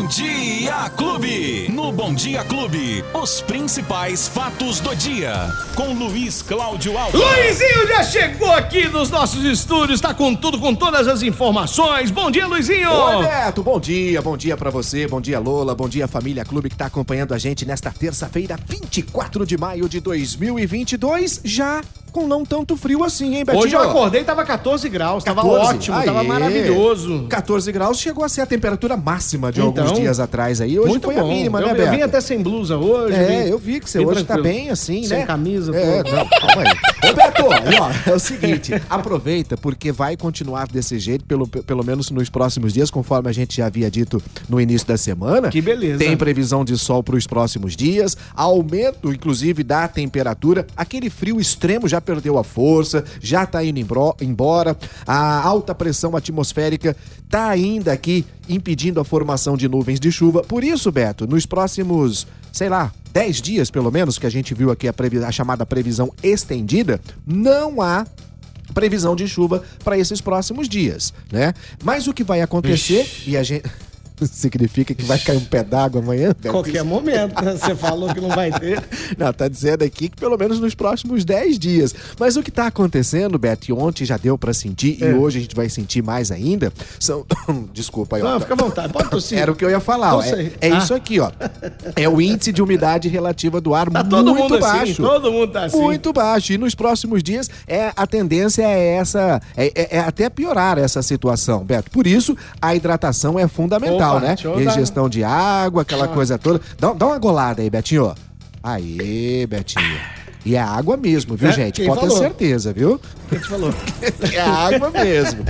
Dia Clube. No Bom Dia Clube, os principais fatos do dia. Com Luiz Cláudio Alves. Luizinho já chegou aqui nos nossos estúdios, tá com tudo, com todas as informações. Bom dia, Luizinho. Oi, Beto, bom dia pra você, bom dia, Lola, bom dia, família Clube que tá acompanhando a gente nesta terça-feira, 24 de maio de 2022, já com não tanto frio assim, hein, Betinho? Hoje eu acordei e tava 14 graus, 14? Tava ótimo, tava maravilhoso. 14 graus chegou a ser a temperatura máxima de alguns dias atrás aí, hoje muito foi bom. A mínima, né, Beto? Eu vim até sem blusa hoje. Eu vi que você hoje tranquilo. Tá bem assim, né? Sem camisa. Não, calma aí. Ô, Beto, ó, é o seguinte, aproveita porque vai continuar desse jeito, pelo menos nos próximos dias, conforme a gente já havia dito no início da semana. Que beleza. Tem previsão de sol pros próximos dias, aumento, inclusive, da temperatura, aquele frio extremo já perdeu a força, já tá indo embora, a alta pressão atmosférica tá ainda aqui impedindo a formação de nuvens de chuva. Por isso, Beto, nos próximos, 10 dias pelo menos, que a gente viu aqui a chamada previsão estendida, não há previsão de chuva para esses próximos dias, né? Mas o que vai acontecer, e a gente... Significa que vai cair um pé d'água amanhã? Beto? Qualquer momento, né? Você falou que não vai ter. Não, tá dizendo aqui que pelo menos nos próximos 10 dias. Mas o que tá acontecendo, Beto, e ontem já deu pra sentir, e hoje a gente vai sentir mais ainda, são... Desculpa aí, ó. Não, fica à vontade, pode tossir. Era o que eu ia falar, ó. Isso aqui, ó. É o índice de umidade relativa do ar muito baixo. Assim, todo mundo tá assim. Muito baixo. E nos próximos dias, a tendência é essa, é até piorar essa situação, Beto. Por isso, a hidratação é fundamental. Né? Ingestão de água, aquela coisa toda. Dá uma golada aí, Betinho. Aí, Betinho. E é água mesmo, viu, gente? Pode ter certeza, viu? Quem te falou? É água mesmo.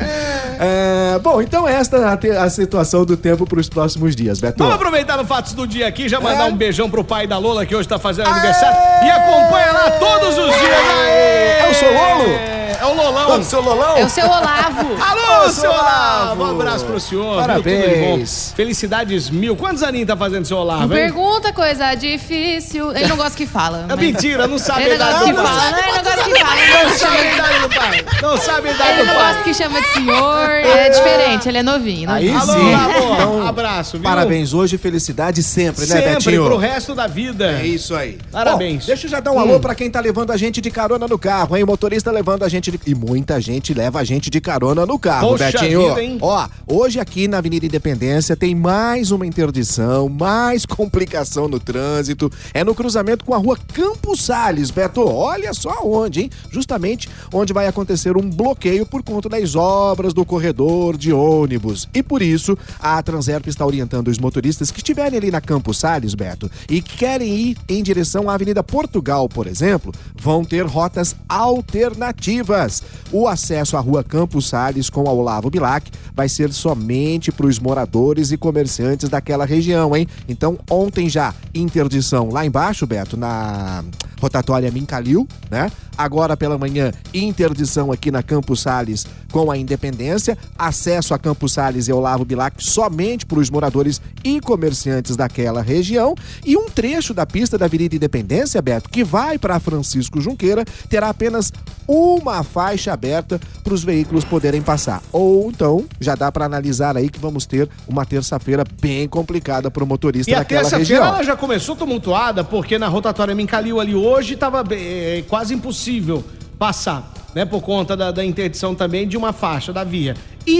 Bom, então esta é a situação do tempo para os próximos dias, Beto. Vamos aproveitar no Fatos do Dia aqui, já mandar um beijão pro pai da Lola, que hoje tá fazendo aniversário. E acompanha lá todos os dias. É o seu Lolo? É o Lolão. É o seu Lolão? É o seu Olavo. Alô, seu Olavo. Um abraço pro senhor. Parabéns. Felicidades mil. Quantos aninhos tá fazendo seu Olavo, Não hein? pergunta coisa difícil. Ele não gosta que fala. É mentira, não sabe a Ele não idade gosta do que pai. fala. Ele não gosta que fala. Não sabe a idade do pai. Não sabe a idade Ele do não pai. gosta que chama de senhor. É diferente, ele é novinho. Aí Alô, sim. amor. Então, Abraço, viu? Parabéns hoje, felicidade sempre, né, Betinho? Sempre, pro resto da vida. É isso aí. Parabéns. Bom, deixa eu já dar um alô pra quem tá levando a gente de carona no carro, hein? O motorista levando a gente E muita gente leva a gente de carona no carro, Poxa Betinho. vida, hein? Ó, hoje aqui na Avenida Independência tem mais uma interdição, mais complicação no trânsito. É no cruzamento com a rua Campos Sales, Beto. Olha só onde, hein? Justamente onde vai acontecer um bloqueio por conta das obras do corredor de ônibus. E por isso, a Transerp está orientando os motoristas que estiverem ali na Campos Sales, Beto, e que querem ir em direção à Avenida Portugal, por exemplo, vão ter rotas alternativas. O acesso à rua Campos Sales com a Olavo Bilac vai ser somente para os moradores e comerciantes daquela região, hein? Então, ontem já, interdição lá embaixo, Beto, na rotatória Mincalil, né? Agora pela manhã, interdição aqui na Campos Sales com a Independência, acesso a Campos Sales e Olavo Bilac somente para os moradores e comerciantes daquela região, e um trecho da pista da Avenida Independência, Beto, que vai para Francisco Junqueira, terá apenas uma faixa aberta para os veículos poderem passar. Ou então, já dá para analisar aí que vamos ter uma terça-feira bem complicada para o motorista daquela região. E a terça-feira ela já começou tumultuada, porque na rotatória Mincalil ali hoje estava quase impossível passar, né? Por conta da interdição também de uma faixa da via.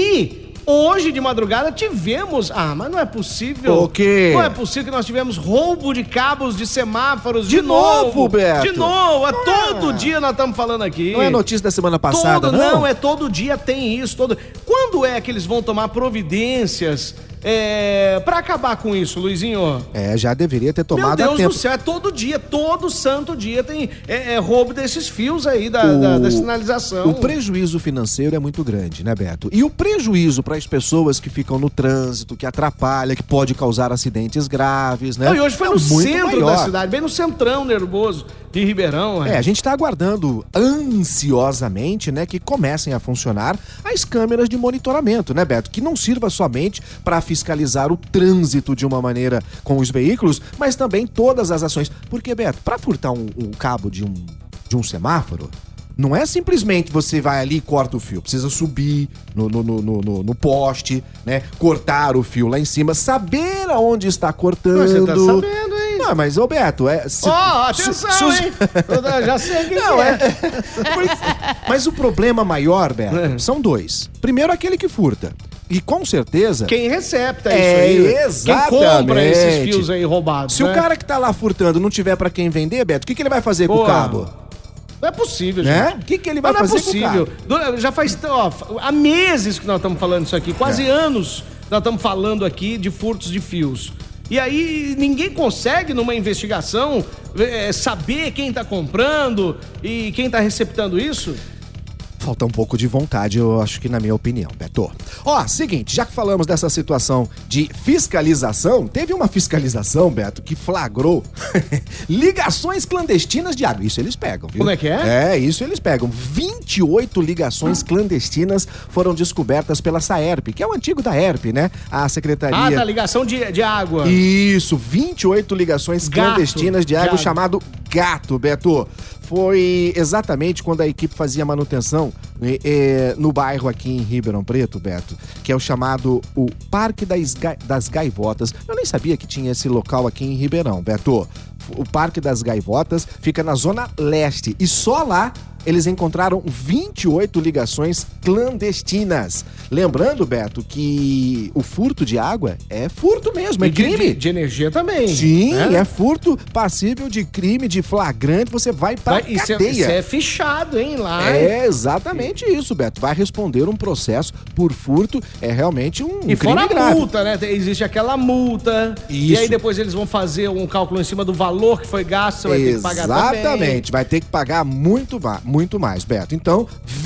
E hoje de madrugada tivemos... mas não é possível. O quê? Não é possível que nós tivemos roubo de cabos de semáforos de novo, Beto. De novo. Todo dia nós estamos falando aqui. Não é notícia da semana passada, não? Não, todo dia tem isso. Quando é que eles vão tomar providências pra acabar com isso, Luizinho? Já deveria ter tomado a tempo. Meu Deus do céu, é todo dia, todo santo dia tem roubo desses fios aí da sinalização. O prejuízo financeiro é muito grande, né, Beto? E o prejuízo para as pessoas que ficam no trânsito, que atrapalha, que pode causar acidentes graves, né? E hoje foi no centro da cidade, bem no centrão nervoso de Ribeirão. A gente tá aguardando ansiosamente, né, que comecem a funcionar as câmeras de monitoramento, né, Beto? Que não sirva somente para fiscalizar o trânsito de uma maneira com os veículos, mas também todas as ações. Porque, Beto, para furtar um cabo de um semáforo, Não é simplesmente você vai ali e corta o fio. Precisa subir no poste, né? Cortar o fio lá em cima, saber aonde está cortando. Você tá sabendo, hein? Não, mas, ô Beto, atenção, hein? Eu já sei quem Não, é. Mas o problema maior, Beto, são dois. Primeiro, aquele que furta. E com certeza... Quem recepta isso aí. Exatamente. Quem compra esses fios aí roubados, Se o cara que tá lá furtando não tiver pra quem vender, Beto, o que ele vai fazer com o cabo? Não é possível, Né? gente. O que ele vai fazer com o cabo? Já faz, há meses que nós estamos falando isso aqui, quase anos nós estamos falando aqui de furtos de fios. E aí ninguém consegue, numa investigação, saber quem tá comprando e quem tá receptando isso? Falta um pouco de vontade, eu acho que na minha opinião, Beto. Seguinte, já que falamos dessa situação de fiscalização, teve uma fiscalização, Beto, que flagrou ligações clandestinas de água. Isso eles pegam, viu? Como é que é? Isso eles pegam. 28 ligações clandestinas foram descobertas pela Saerp, que é o antigo da ERP, né? A secretaria... da ligação de água. Isso, 28 ligações clandestinas de água, chamado Gato, Beto. Foi exatamente quando a equipe fazia manutenção no bairro aqui em Ribeirão Preto, Beto, que é o chamado o Parque das Gaivotas. Eu nem sabia que tinha esse local aqui em Ribeirão, Beto. O Parque das Gaivotas fica na zona leste e só lá eles encontraram 28 ligações clandestinas. Lembrando, Beto, que o furto de água é furto mesmo, é crime. De energia também. Sim, é furto passível de crime, de flagrante, você vai pra cadeia. Isso é fichado, hein, lá. É exatamente isso, Beto. Vai responder um processo por furto, é realmente um crime fora grave. A multa, né? Existe aquela multa. Isso. E aí depois eles vão fazer um cálculo em cima do valor que foi gasto, você vai ter que pagar também. Exatamente, vai ter que pagar muito mais, Beto. Então,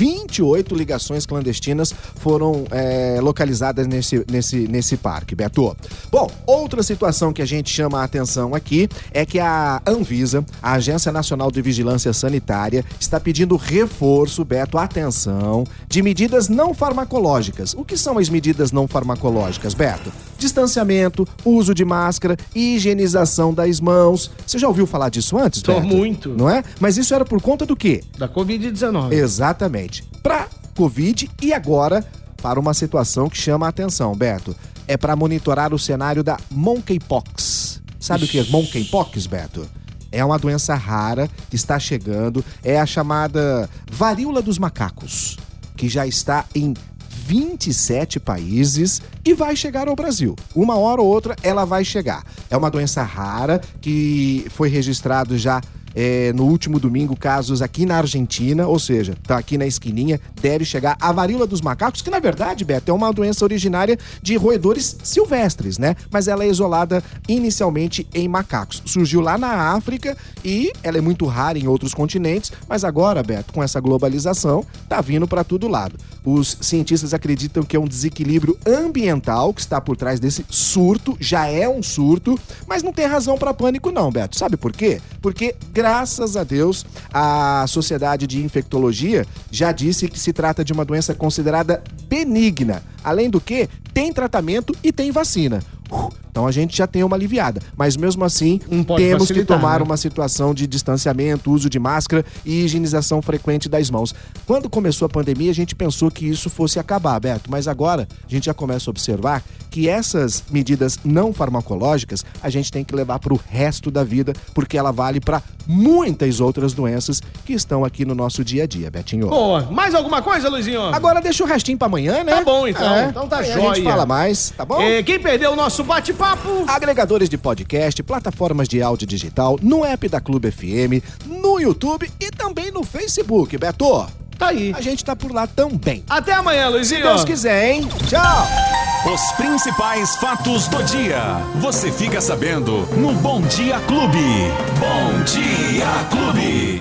28 ligações clandestinas foram localizadas nesse parque, Beto. Bom, outra situação que a gente chama a atenção aqui é que a Anvisa, a Agência Nacional de Vigilância Sanitária, está pedindo reforço, Beto, atenção, de medidas não farmacológicas. O que são as medidas não farmacológicas, Beto? Distanciamento, uso de máscara, higienização das mãos. Você já ouviu falar disso antes, Beto? Muito. Não é? Mas isso era por conta do quê? Da Covid-19. Exatamente. Pra Covid e agora para uma situação que chama a atenção, Beto. É para monitorar o cenário da Monkeypox. Sabe o que é Monkeypox, Beto? É uma doença rara que está chegando, é a chamada varíola dos macacos, que já está em 27 países e vai chegar ao Brasil. Uma hora ou outra ela vai chegar. É uma doença rara que foi registrado já no último domingo casos aqui na Argentina, ou seja, tá aqui na esquininha, deve chegar a varíola dos macacos, que na verdade, Beto, é uma doença originária de roedores silvestres, né? Mas ela é isolada inicialmente em macacos. Surgiu lá na África e ela é muito rara em outros continentes, mas agora, Beto, com essa globalização, tá vindo para todo lado. Os cientistas acreditam que é um desequilíbrio ambiental que está por trás desse surto, já é um surto, mas não tem razão para pânico não, Beto. Sabe por quê? Porque graças a Deus, a Sociedade de Infectologia já disse que se trata de uma doença considerada benigna. Além do que, tem tratamento e tem vacina. Então a gente já tem uma aliviada. Mas mesmo assim, temos que tomar uma situação de distanciamento, uso de máscara e higienização frequente das mãos. Quando começou a pandemia, a gente pensou que isso fosse acabar, Beto. Mas agora, a gente já começa a observar que essas medidas não farmacológicas, a gente tem que levar para o resto da vida, porque ela vale para muitas outras doenças que estão aqui no nosso dia a dia, Betinho. Boa. Mais alguma coisa, Luizinho? Agora deixa o restinho para amanhã, né? Tá bom, então. Então tá jóia. A gente fala mais, tá bom? Quem perdeu o nosso bate-papo? Agregadores de podcast, plataformas de áudio digital, no app da Clube FM, no YouTube e também no Facebook, Beto. Tá aí. A gente tá por lá também. Até amanhã, Luizinho. Se Deus quiser, hein? Tchau. Os principais fatos do dia. Você fica sabendo no Bom Dia Clube. Bom Dia Clube.